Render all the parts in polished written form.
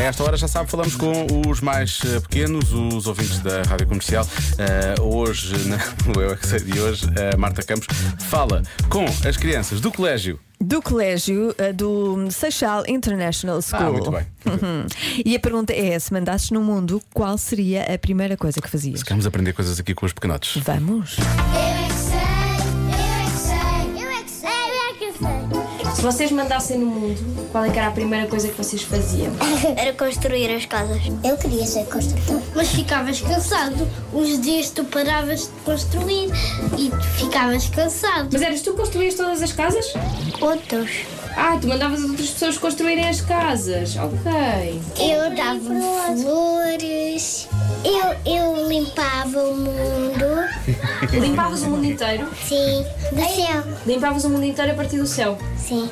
esta hora, já sabe, falamos com os mais pequenos, os ouvintes da Rádio Comercial. Hoje, no Eu é que Sei de hoje, a Marta Campos fala com as crianças do colégio. Do colégio do Seixal International School. Muito bem. E a pergunta é: se mandasses no mundo, qual seria a primeira coisa que fazias? Se queremos aprender coisas aqui com os pequenotes. Vamos. Se vocês mandassem no mundo, qual é que era a primeira coisa que vocês faziam? Era construir as casas. Eu queria ser construtor. Mas ficavas cansado. Uns dias tu paravas de construir e tu ficavas cansado. Mas eras tu que construías todas as casas? Outros. Ah, tu mandavas as outras pessoas construírem as casas. Ok. Eu dava flores. Eu limpava o mundo. Limpavas o mundo inteiro? Sim. Do céu. Limpavas o mundo inteiro a partir do céu? Sim.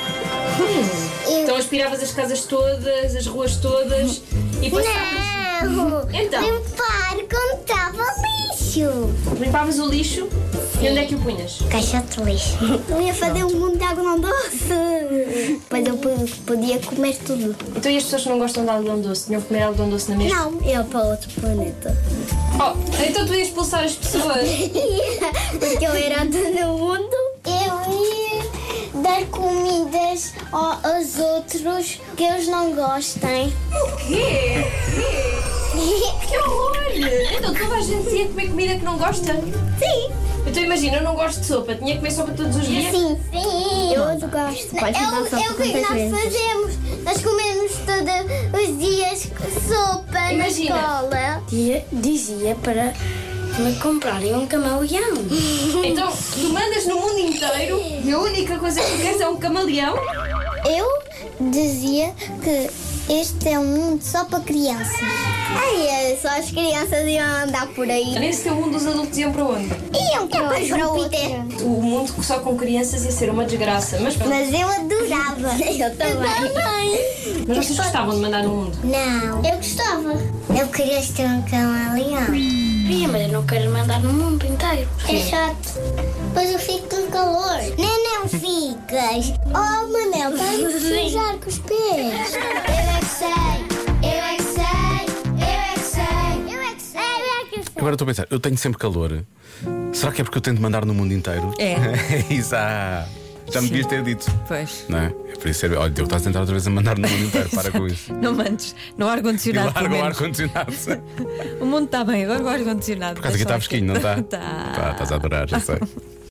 Então aspiravas as casas todas, as ruas todas e passavas... Não! Então? Limpar quando estava lixo. Limpavas o lixo e onde é que o punhas? Caixa de lixo. Eu ia fazer um mundo de algodão doce. Depois eu podia comer tudo. Então e as pessoas que não gostam de algodão doce? Tinham que comer algodão doce na mesma? Não, eu para outro planeta. Oh, então tu ias expulsar as pessoas? Porque eu era a dona do mundo. Eu ia dar comidas aos outros que eles não gostem. O quê? Que horror! Então toda a gente ia comer comida que não gosta? Sim. Então imagina, eu não gosto de sopa, tinha que comer sopa todos os dias? Sim. Eu gosto. O que nós fazemos? Nós comemos todos os dias sopa Imagina. na escola. Dizia para me comprarem um camaleão. Então tu mandas no mundo inteiro e a única coisa que tu queres é um camaleão? Eu dizia que este é um mundo só para crianças. Só as crianças iam andar por aí. Nesse teu mundo os adultos iam para onde? Iam para Júpiter. O mundo só com crianças ia ser uma desgraça, mas pronto. Mas eu adorava. Eu também. Mas vocês gostavam de mandar no mundo? Não. Eu gostava. Eu queria ter um camaleão. Sim, mas eu não quero mandar no mundo inteiro. É chato. Pois eu fico com calor. Não ficas. Oh, Manel, vai-me sujar com os pés. Eu é que sei. Eu é que sei. Eu é que sei. Eu é que sei. Eu é que sei. Agora estou a pensar, eu tenho sempre calor. Será que é porque eu tento mandar no mundo inteiro? É. Isso, já me devias ter dito. Pois. Não é? É por isso. Olha, eu estou a tentar outra vez a mandar no mundo inteiro. Para com isso. Não mandes. No E ar-condicionado. larga pelo o menos. ar-condicionado. O mundo está bem, agora o ar-condicionado. Por causa que está fresquinho, não está? Tá. Estás a adorar, já sei.